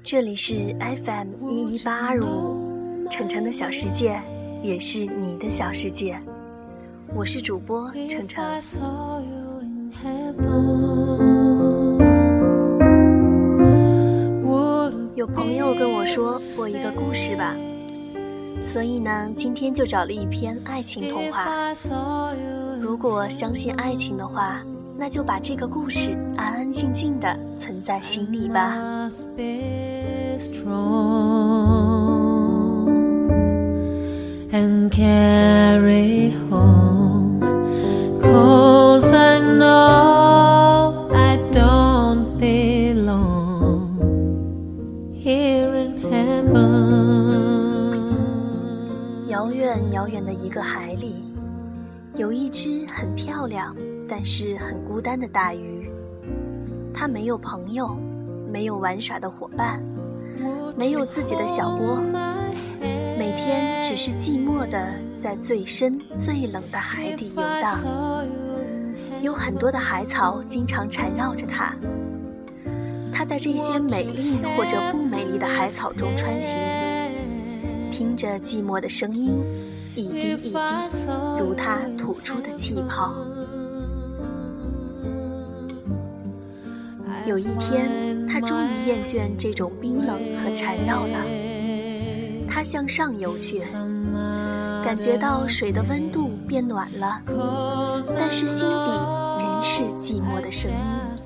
这里是 FM11825，程程的小世界，也是你的小世界。我是主播程程。有朋友跟我说播一个故事吧，所以呢，今天就找了一篇爱情童话。如果相信爱情的话，那就把这个故事安安静静地存在心里吧。And carry home, 'cause I know I don't belong here in heaven. 遥远遥远的一个海里，有一只很漂亮但是很孤单的大鱼。它没有朋友，没有玩耍的伙伴，没有自己的小窝，每天只是寂寞地在最深最冷的海底游荡。有很多的海草经常缠绕着它，它在这些美丽或者不美丽的海草中穿行，听着寂寞的声音，一滴一滴如它吐出的气泡。有一天，他终于厌倦这种冰冷和缠绕了，他向上游去，感觉到水的温度变暖了，但是心底仍是寂寞的声音。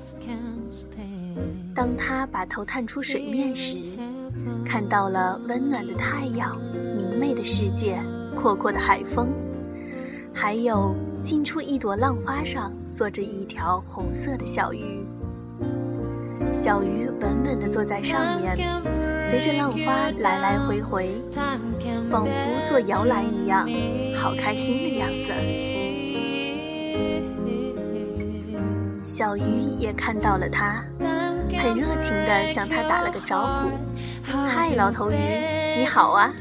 当他把头探出水面时，看到了温暖的太阳、明媚的世界、阔阔的海风，还有近处一朵浪花上坐着一条红色的小鱼。小鱼稳稳地坐在上面，随着浪花来来回回，仿佛做摇篮一样，好开心的样子。小鱼也看到了它，很热情地向它打了个招呼：“嗨，老头鱼，你好啊！”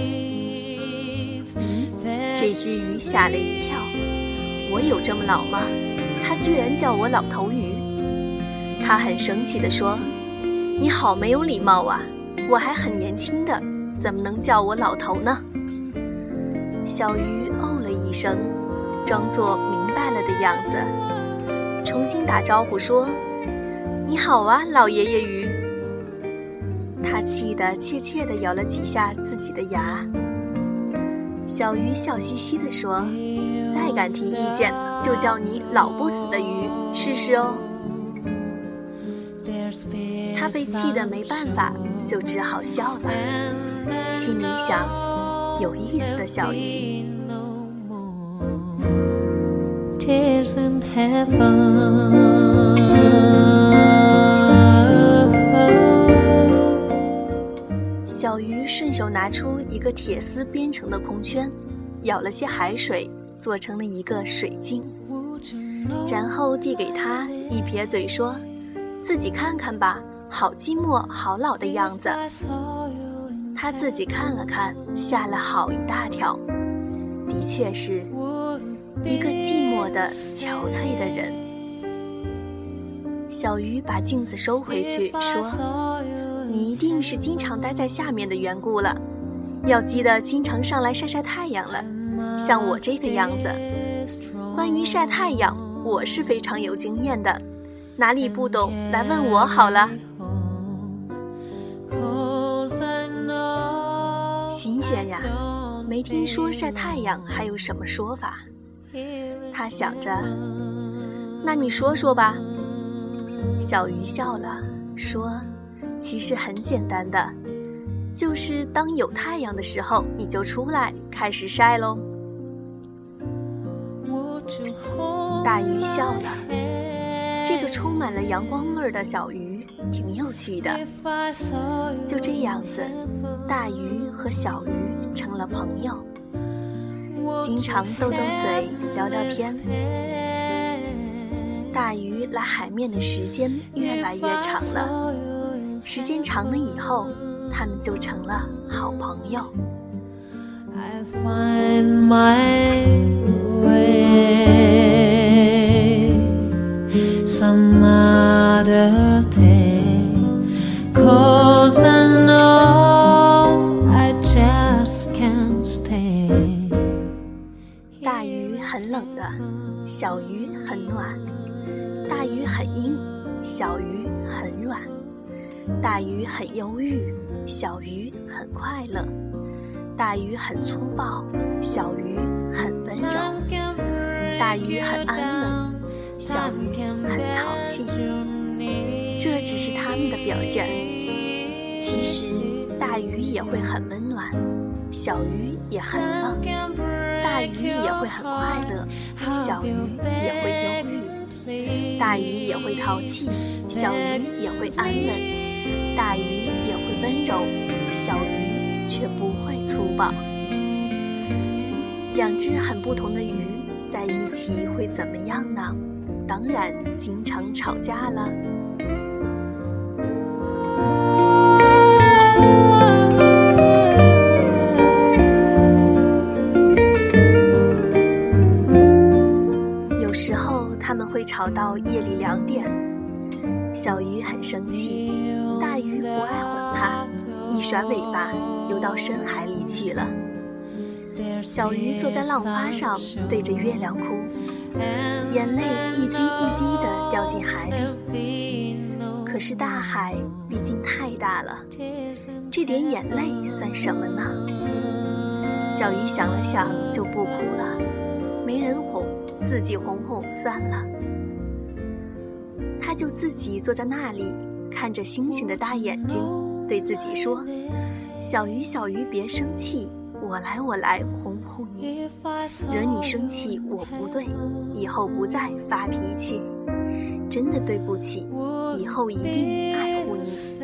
这只鱼吓了一跳，我有这么老吗？它居然叫我老头鱼。他很生气地说：“你好没有礼貌啊，我还很年轻的，怎么能叫我老头呢？”小鱼哦了一声，装作明白了的样子，重新打招呼说：“你好啊，老爷爷鱼。”他气得怯怯地咬了几下自己的牙。小鱼笑嘻嘻地说：“再敢提意见，就叫你老不死的鱼，试试哦。”他被气得没办法，就只好笑了，心里想：有意思的小鱼。小鱼顺手拿出一个铁丝编成的空圈，舀了些海水，做成了一个水镜，然后递给他，一撇嘴说：“自己看看吧，好寂寞好老的样子。”他自己看了看，吓了好一大跳，的确是一个寂寞的憔悴的人。小鱼把镜子收回去说：“你一定是经常待在下面的缘故了，要记得经常上来晒晒太阳了，像我这个样子。关于晒太阳，我是非常有经验的，哪里不懂来问我好了。”新鲜呀，没听说晒太阳还有什么说法。他想着，那你说说吧。小鱼笑了，说：“其实很简单的，就是当有太阳的时候，你就出来开始晒咯。”大鱼笑了，这个充满了阳光味儿的小鱼挺有趣的。就这样子，大鱼和小鱼成了朋友，经常斗斗嘴，聊聊天。大鱼来海面的时间越来越长了，时间长了以后，他们就成了好朋友。I find my way some other day, 'cause 小鱼很暖；大鱼很硬，小鱼很软；大鱼很忧郁，小鱼很快乐；大鱼很粗暴，小鱼很温柔；大鱼很安稳，小鱼很淘气。这只是它们的表现，其实大鱼也会很温暖，小鱼也很冷；大鱼也会很快乐，小鱼也会忧郁；大鱼也会淘气，小鱼也会安稳；大鱼也会温柔，小鱼却不会粗暴。两只很不同的鱼在一起会怎么样呢？当然经常吵架了。有时候他们会吵到夜里2点，小鱼很生气，大鱼不爱哄它，一甩尾巴游到深海里去了。小鱼坐在浪花上对着月亮哭，眼泪一滴一滴地掉进海里。可是大海毕竟太大了，这点眼泪算什么呢？小鱼想了想就不哭了，没人哄，自己哄哄算了。他就自己坐在那里，看着星星的大眼睛，对自己说：小鱼小鱼别生气，我来哄哄你，惹你生气我不对，以后不再发脾气，真的对不起，以后一定爱护你。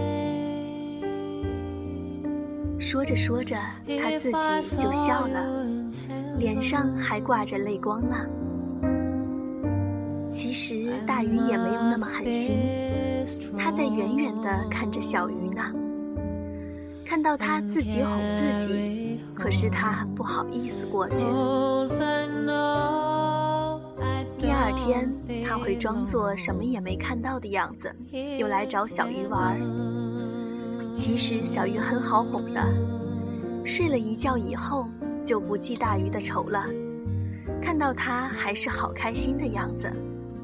说着说着，他自己就笑了，脸上还挂着泪光呢。其实大鱼也没有那么狠心，他在远远地看着小鱼呢，看到他自己哄自己，可是他不好意思过去。第2天，他会装作什么也没看到的样子，又来找小鱼玩。其实小鱼很好哄的，睡了一觉以后就不记大鱼的仇了，看到他还是好开心的样子。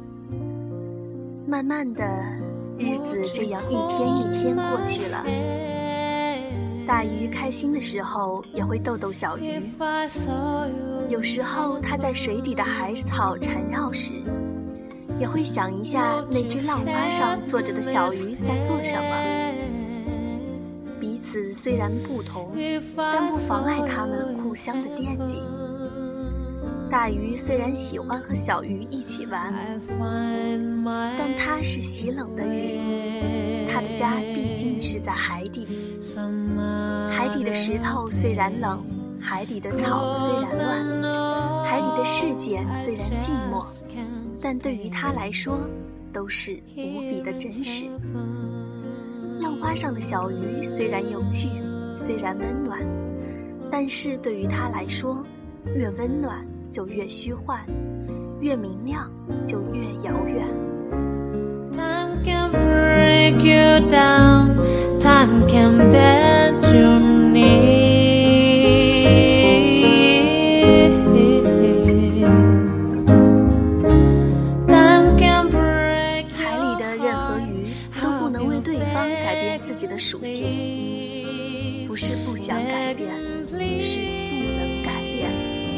慢慢的，日子这样一天一天过去了。大鱼开心的时候也会逗逗小鱼，有时候它在水底的海草缠绕时，也会想一下那只浪花上坐着的小鱼在做什么。彼此虽然不同，但不妨碍他们互相的惦记。大鱼虽然喜欢和小鱼一起玩，但它是喜冷的鱼，它的家毕竟是在海底。海底的石头虽然冷，海底的草虽然乱，海底的世界虽然寂寞，但对于它来说都是无比的真实。浪花上的小鱼虽然有趣，虽然温暖，但是对于它来说，越温暖就越虚幻，越明亮就越遥远。 Time can break you down, time can bend your knee. 海里的任何鱼都不能为对方改变自己的属性，不是不想改变，是不能改变。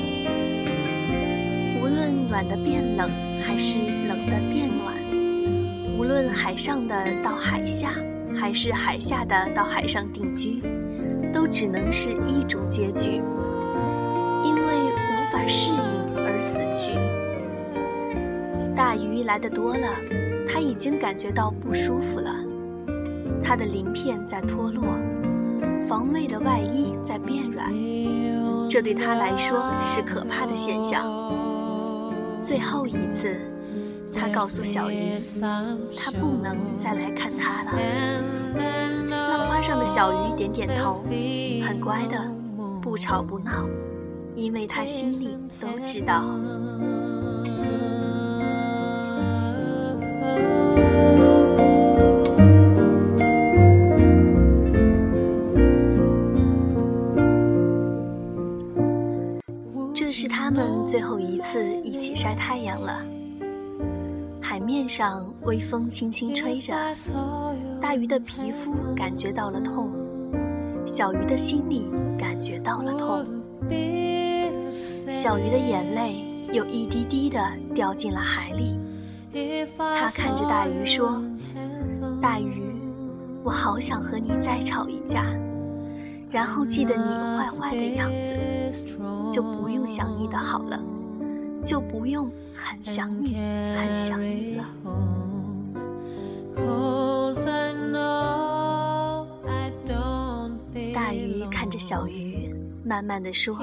无论暖的变冷，还是冷的变暖，无论海上的到海下，还是海下的到海上定居，都只能是一种结局，因为无法适应而死去。大鱼来得多了，它已经感觉到不舒服了，它的鳞片在脱落，防卫的外衣在变软，这对它来说是可怕的现象。最后一次，他告诉小鱼，他不能再来看他了。浪花上的小鱼点点头，很乖的，不吵不闹，因为他心里都知道。这是他他们最后一次一起晒太阳了。海面上微风轻轻吹着，大鱼的皮肤感觉到了痛，小鱼的心里感觉到了痛。小鱼的眼泪又一滴滴地掉进了海里。他看着大鱼说：大鱼，我好想和你再吵一架，然后记得你坏坏的样子，就不用想你的好了，就不用很想你很想你了。大鱼看着小鱼，慢慢地说：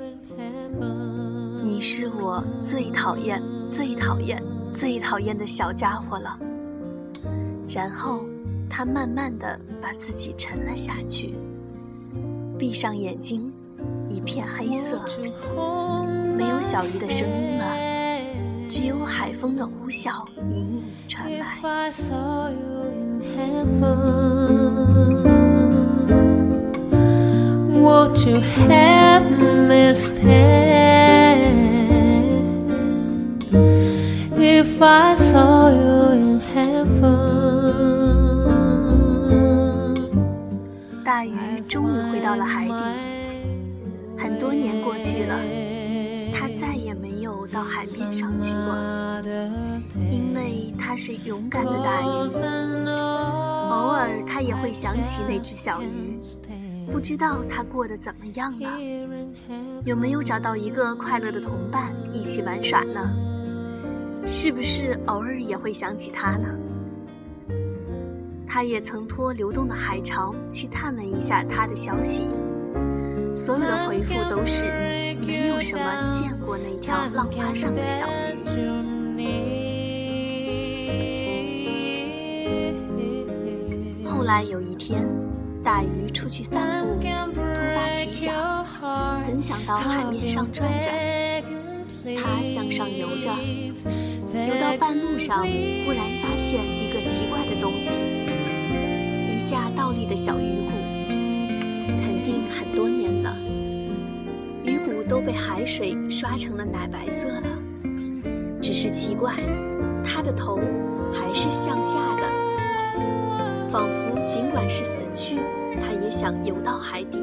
你是我最讨厌最讨厌最讨厌的小家伙了。然后他慢慢地把自己沉了下去，闭上眼睛，一片黑色，没有小鱼的声音了，只有海风的呼啸隐隐传来。Would you have me stay if I saw you in heaven? 大鱼终于回到了海底，很多年过去了，他再也没有到海面上去过，因为他是勇敢的大鱼。偶尔他也会想起那只小鱼，不知道他过得怎么样了，有没有找到一个快乐的同伴一起玩耍呢？是不是偶尔也会想起他呢？他也曾托流动的海潮去探问一下他的消息，所有的回复都是没有什么见过那条浪花上的小鱼。后来有一天，大鱼出去散步，突发奇想，很想到海面上转转。他向上游着，游到半路上，忽然发现一个奇怪的东西，一架倒立的小鱼骨，肯定很多年了，鱼骨都被海水刷成了奶白色了，只是奇怪，它的头还是向下的，仿佛尽管是死去，它也想游到海底。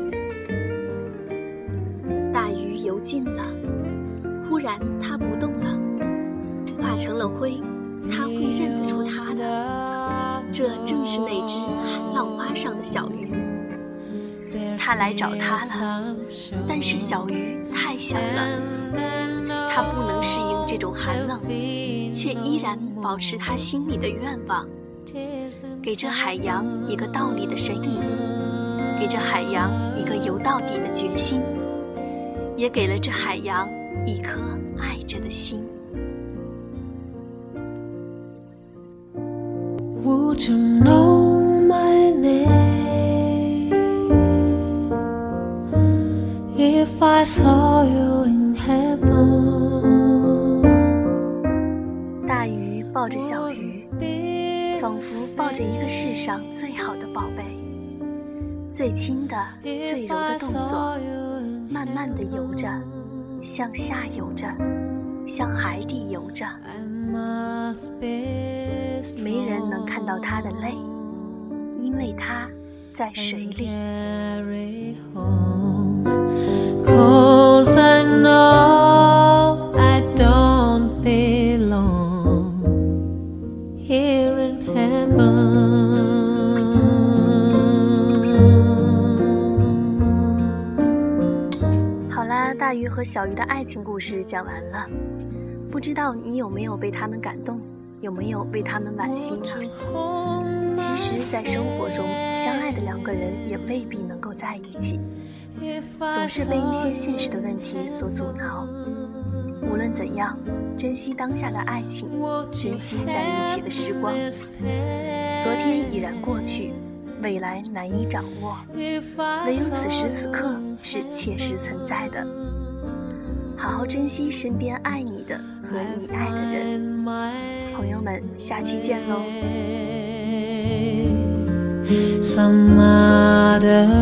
大鱼游近了，忽然它不动了，化成了灰，它会认得出它的，这正是那只浪花上的小鱼。它来找它了，但是小鱼太小了，它不能适应这种寒冷，却依然保持它心里的愿望，给这海洋一个道理的身影，给这海洋一个游到底的决心，也给了这海洋一颗爱着的心。 Would you know my name if I saw you in heaven? 大鱼抱着小鱼，仿佛抱着一个世上最好的宝贝，最轻的、最柔的动作，慢慢地游着，向下游着，向海底游着。没人能看到它的泪，因为它在水里。'Cause I know I don't belong here in heaven. 好啦，大鱼和小鱼的爱情故事讲完了，不知道你有没有被他们感动，有没有为他们惋惜呢？其实在生活中，相爱的两个人也未必能够在一起，总是被一些现实的问题所阻挠。无论怎样，珍惜当下的爱情，珍惜在一起的时光。昨天已然过去，未来难以掌握，唯有此时此刻是切实存在的。好好珍惜身边爱你的和你爱的人。朋友们，下期见喽。Some other